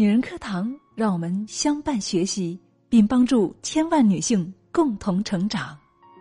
女人课堂，让我们相伴学习，并帮助千万女性共同成长。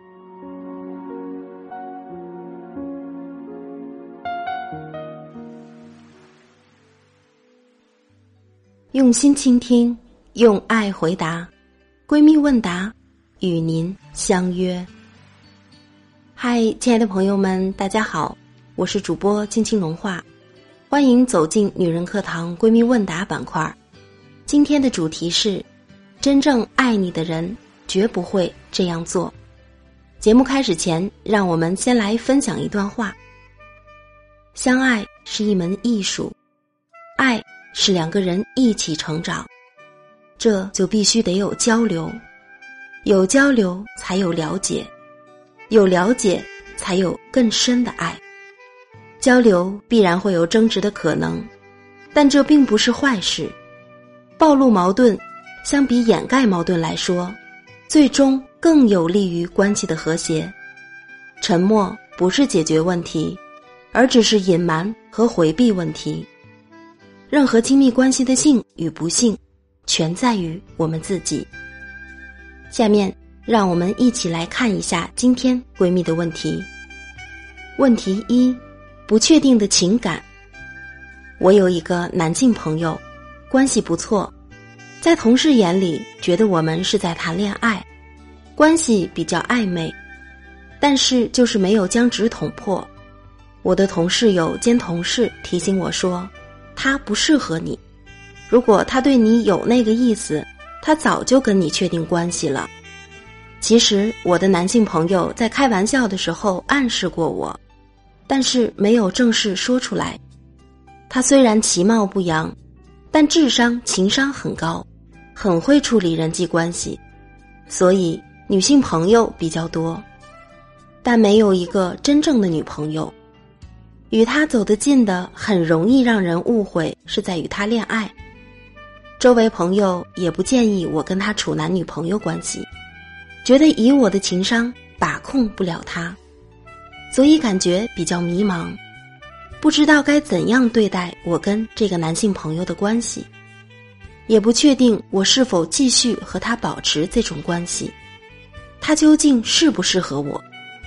用心倾听，用爱回答。闺蜜问答，与您相约。嗨，亲爱的朋友们，大家好，我是主播青青融化，欢迎走进女人课堂闺蜜问答板块。今天的主题是：真正爱你的人绝不会这样做。节目开始前，让我们先来分享一段话。相爱是一门艺术，爱是两个人一起成长，这就必须得有交流，有交流才有了解，有了解才有更深的爱。交流必然会有争执的可能，但这并不是坏事。暴露矛盾相比掩盖矛盾来说，最终更有利于关系的和谐。沉默不是解决问题，而只是隐瞒和回避问题。任何亲密关系的幸与不幸，全在于我们自己。下面让我们一起来看一下今天闺蜜的问题。问题一：不确定的情感。我有一个男性朋友，关系不错，在同事眼里觉得我们是在谈恋爱，关系比较暧昧，但是就是没有将纸捅破。我的同事友兼同事提醒我说，他不适合你，如果他对你有那个意思，他早就跟你确定关系了。其实我的男性朋友在开玩笑的时候暗示过我，但是没有正式说出来。他虽然其貌不扬，但智商情商很高，很会处理人际关系，所以女性朋友比较多，但没有一个真正的女朋友。与他走得近的很容易让人误会是在与他恋爱，周围朋友也不建议我跟他处男女朋友关系，觉得以我的情商把控不了他，所以感觉比较迷茫，不知道该怎样对待我跟这个男性朋友的关系，也不确定我是否继续和他保持这种关系，他究竟适不适合我。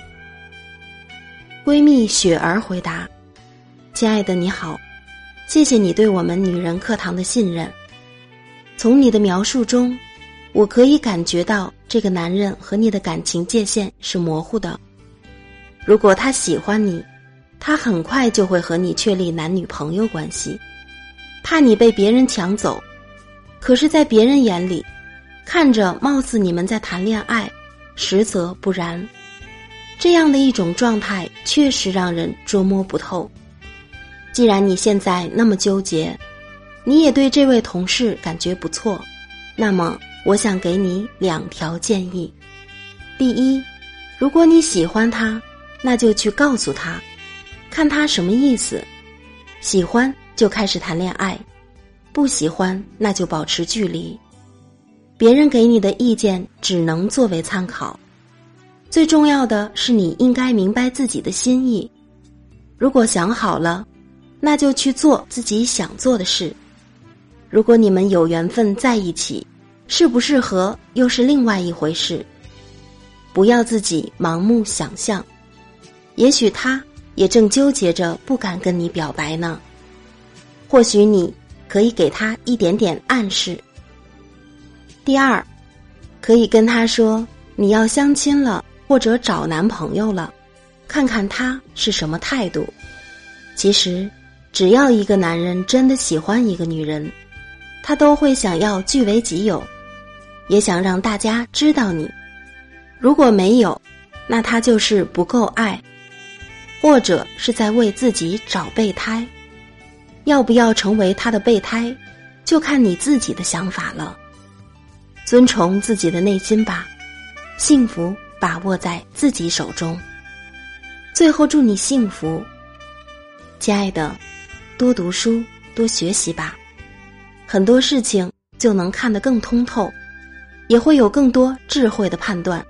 闺蜜雪儿回答：亲爱的你好，谢谢你对我们女人课堂的信任。从你的描述中，我可以感觉到这个男人和你的感情界限是模糊的。如果他喜欢你，他很快就会和你确立男女朋友关系，怕你被别人抢走。可是在别人眼里，看着貌似你们在谈恋爱，实则不然。这样的一种状态确实让人捉摸不透。既然你现在那么纠结，你也对这位同事感觉不错，那么我想给你2条建议。第一，如果你喜欢他，那就去告诉他，看他什么意思。喜欢就开始谈恋爱，不喜欢那就保持距离。别人给你的意见只能作为参考，最重要的是你应该明白自己的心意。如果想好了，那就去做自己想做的事。如果你们有缘分在一起，适不适合又是另外一回事。不要自己盲目想象，也许他也正纠结着不敢跟你表白呢。或许你可以给他一点点暗示。第二，可以跟他说你要相亲了，或者找男朋友了，看看他是什么态度。其实只要一个男人真的喜欢一个女人，他都会想要据为己有，也想让大家知道你。如果没有，那他就是不够爱，或者是在为自己找备胎。要不要成为他的备胎，就看你自己的想法了。遵从自己的内心吧，幸福把握在自己手中。最后祝你幸福。亲爱的，多读书，多学习吧，很多事情就能看得更通透，也会有更多智慧的判断。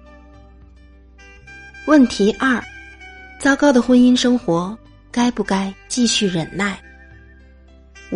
问题2：糟糕的婚姻生活，该不该继续忍耐？我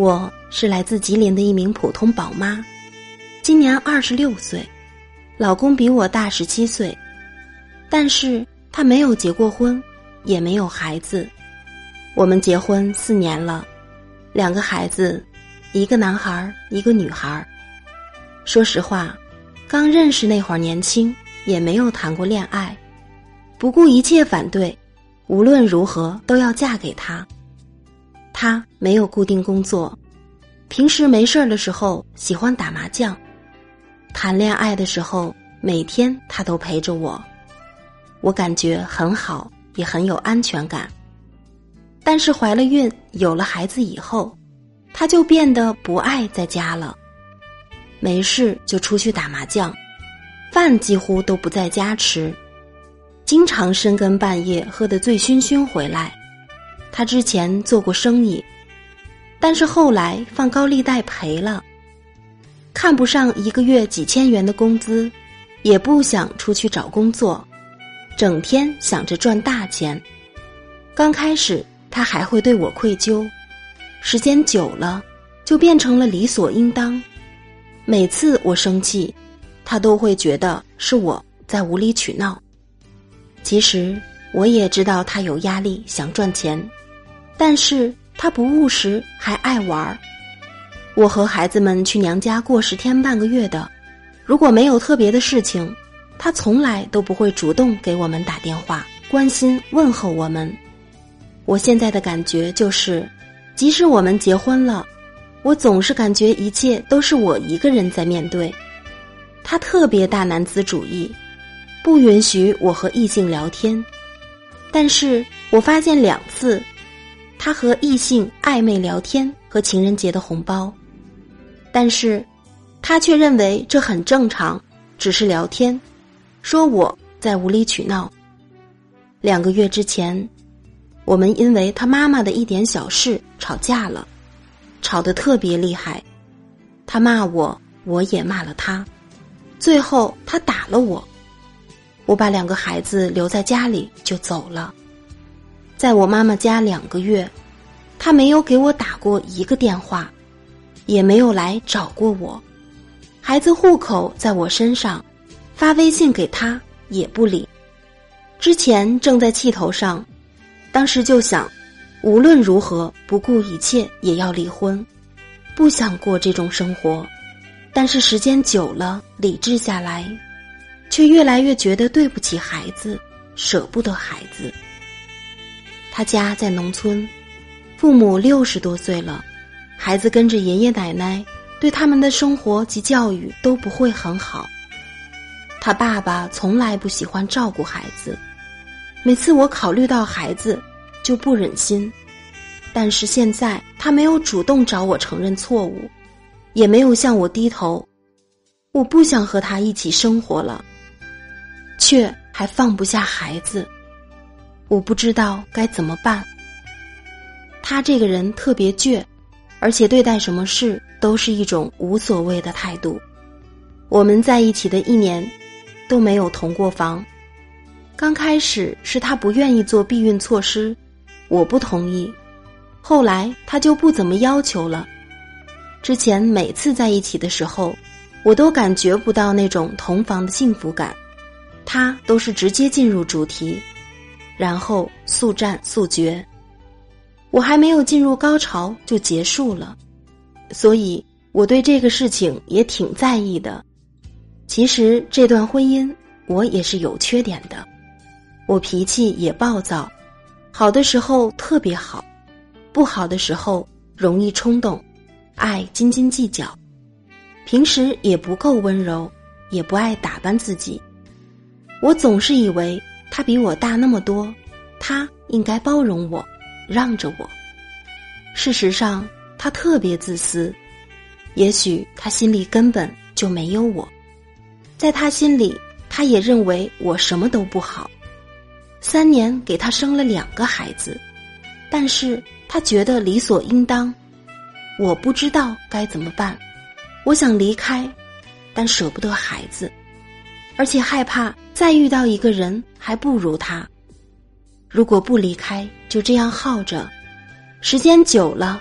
是来自吉林的一名普通宝妈，今年26岁，老公比我大17岁，但是她没有结过婚，也没有孩子。我们结婚4年了，2个孩子，一个男孩，一个女孩。说实话，刚认识那会儿年轻，也没有谈过恋爱，不顾一切反对，无论如何都要嫁给他。他没有固定工作，平时没事的时候喜欢打麻将，谈恋爱的时候每天他都陪着我，我感觉很好，也很有安全感。但是怀了孕，有了孩子以后，他就变得不爱在家了，没事就出去打麻将，饭几乎都不在家吃，经常深更半夜喝得醉醺醺回来。他之前做过生意，但是后来放高利贷赔了，看不上1个月几千元的工资，也不想出去找工作，整天想着赚大钱。刚开始他还会对我愧疚，时间久了就变成了理所应当。每次我生气，他都会觉得是我在无理取闹。其实我也知道他有压力，想赚钱，但是他不务实，还爱玩。我和孩子们去娘家过10天半个月的，如果没有特别的事情，他从来都不会主动给我们打电话，关心问候我们。我现在的感觉就是，即使我们结婚了，我总是感觉一切都是我一个人在面对。他特别大男子主义，不允许我和异性聊天，但是我发现2次他和异性暧昧聊天和情人节的红包，但是他却认为这很正常，只是聊天，说我在无理取闹。2个月之前，我们因为他妈妈的一点小事吵架了，吵得特别厉害，他骂我，我也骂了他，最后他打了我。我把2个孩子留在家里就走了。在我妈妈家2个月，他没有给我打过1个电话，也没有来找过我。孩子户口在我身上，发微信给他也不理。之前正在气头上，当时就想，无论如何不顾一切也要离婚，不想过这种生活。但是时间久了，理智下来，却越来越觉得对不起孩子，舍不得孩子。他家在农村，父母60多岁了，孩子跟着爷爷奶奶，对他们的生活及教育都不会很好。他爸爸从来不喜欢照顾孩子，每次我考虑到孩子就不忍心。但是现在他没有主动找我承认错误，也没有向我低头，我不想和他一起生活了，却还放不下孩子，我不知道该怎么办。他这个人特别倔，而且对待什么事都是一种无所谓的态度。我们在一起的1年都没有同过房，刚开始是他不愿意做避孕措施，我不同意，后来他就不怎么要求了。之前每次在一起的时候，我都感觉不到那种同房的幸福感，他都是直接进入主题，然后速战速决。我还没有进入高潮就结束了，所以我对这个事情也挺在意的。其实这段婚姻我也是有缺点的，我脾气也暴躁，好的时候特别好，不好的时候容易冲动，爱斤斤计较，平时也不够温柔，也不爱打扮自己。我总是以为他比我大那么多，他应该包容我，让着我。事实上他特别自私，也许他心里根本就没有我，在他心里他也认为我什么都不好。3年给他生了2个孩子，但是他觉得理所应当。我不知道该怎么办，我想离开，但舍不得孩子，而且害怕再遇到一个人还不如他。如果不离开，就这样耗着，时间久了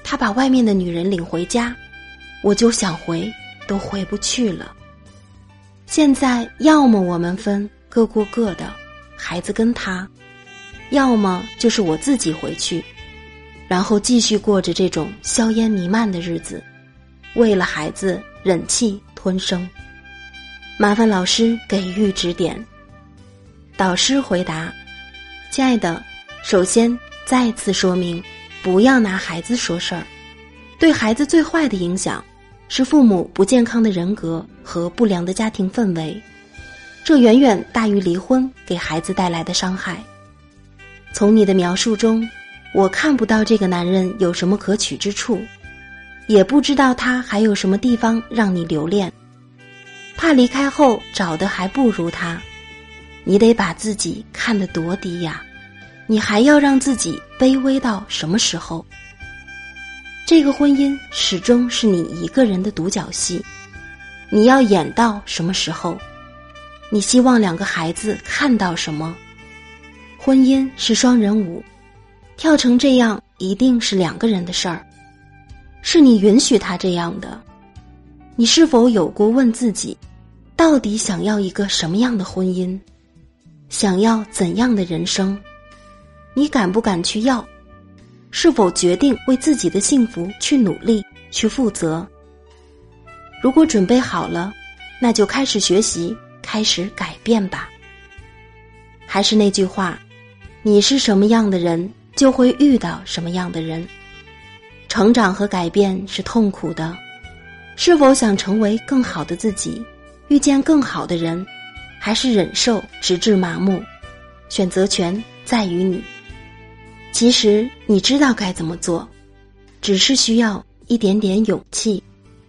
他把外面的女人领回家，我就想回都回不去了。现在要么我们分，各过各的，孩子跟他，要么就是我自己回去，然后继续过着这种硝烟弥漫的日子，为了孩子忍气吞声。麻烦老师给予指点。导师回答：亲爱的，首先再次说明，不要拿孩子说事儿。对孩子最坏的影响是父母不健康的人格和不良的家庭氛围，这远远大于离婚给孩子带来的伤害。从你的描述中，我看不到这个男人有什么可取之处，也不知道他还有什么地方让你留恋，怕离开后找的还不如他。你得把自己看得多低呀，你还要让自己卑微到什么时候？这个婚姻始终是你一个人的独角戏，你要演到什么时候？你希望两个孩子看到什么？婚姻是双人舞，跳成这样一定是两个人的事儿，是你允许他这样的。你是否有过问自己，到底想要一个什么样的婚姻？想要怎样的人生？你敢不敢去要？是否决定为自己的幸福去努力，去负责？如果准备好了，那就开始学习，开始改变吧。还是那句话，你是什么样的人，就会遇到什么样的人。成长和改变是痛苦的，是否想成为更好的自己，遇见更好的人，还是忍受直至麻木？选择权在于你。其实你知道该怎么做，只是需要一点点勇气。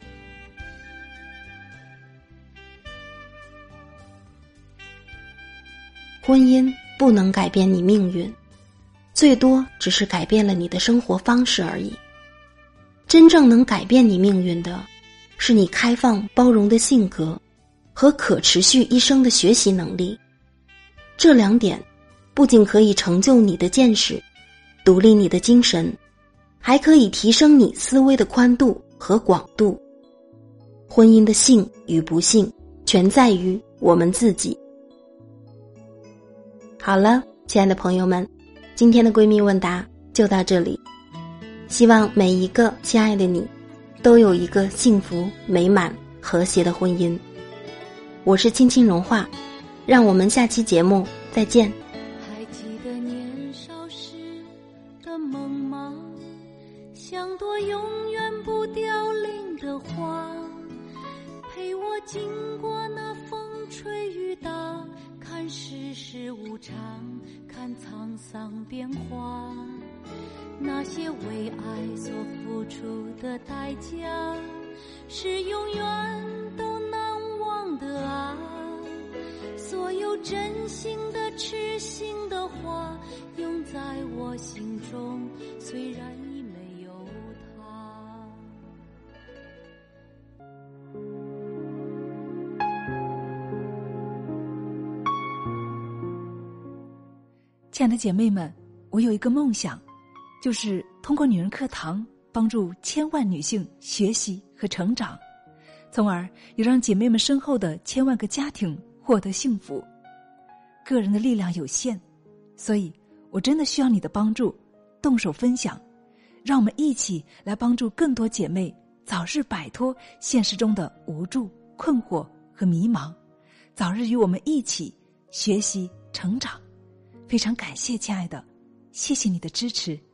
婚姻不能改变你命运，最多只是改变了你的生活方式而已。真正能改变你命运的，是你开放包容的性格和可持续一生的学习能力。这两点不仅可以成就你的见识，独立你的精神，还可以提升你思维的宽度和广度。婚姻的幸与不幸，全在于我们自己。好了，亲爱的朋友们，今天的闺蜜问答就到这里。希望每一个亲爱的你，都有一个幸福、美满、和谐的婚姻。我是青青融化，让我们下期节目再见。 还记得年少时的梦吗？像朵永远不凋零的花，陪我经过那风吹雨打，看世事无常，看沧桑变化。那些为爱所付出的代价，是永远都难忘的啊。所有真心的痴心的话，永在我心中，虽然已没有他。 亲爱的姐妹们，我有一个梦想，就是通过女人课堂帮助千万女性学习和成长，从而也让姐妹们身后的千万个家庭获得幸福。个人的力量有限，所以我真的需要你的帮助，动手分享，让我们一起来帮助更多姐妹早日摆脱现实中的无助、困惑和迷茫，早日与我们一起学习成长。非常感谢亲爱的，谢谢你的支持。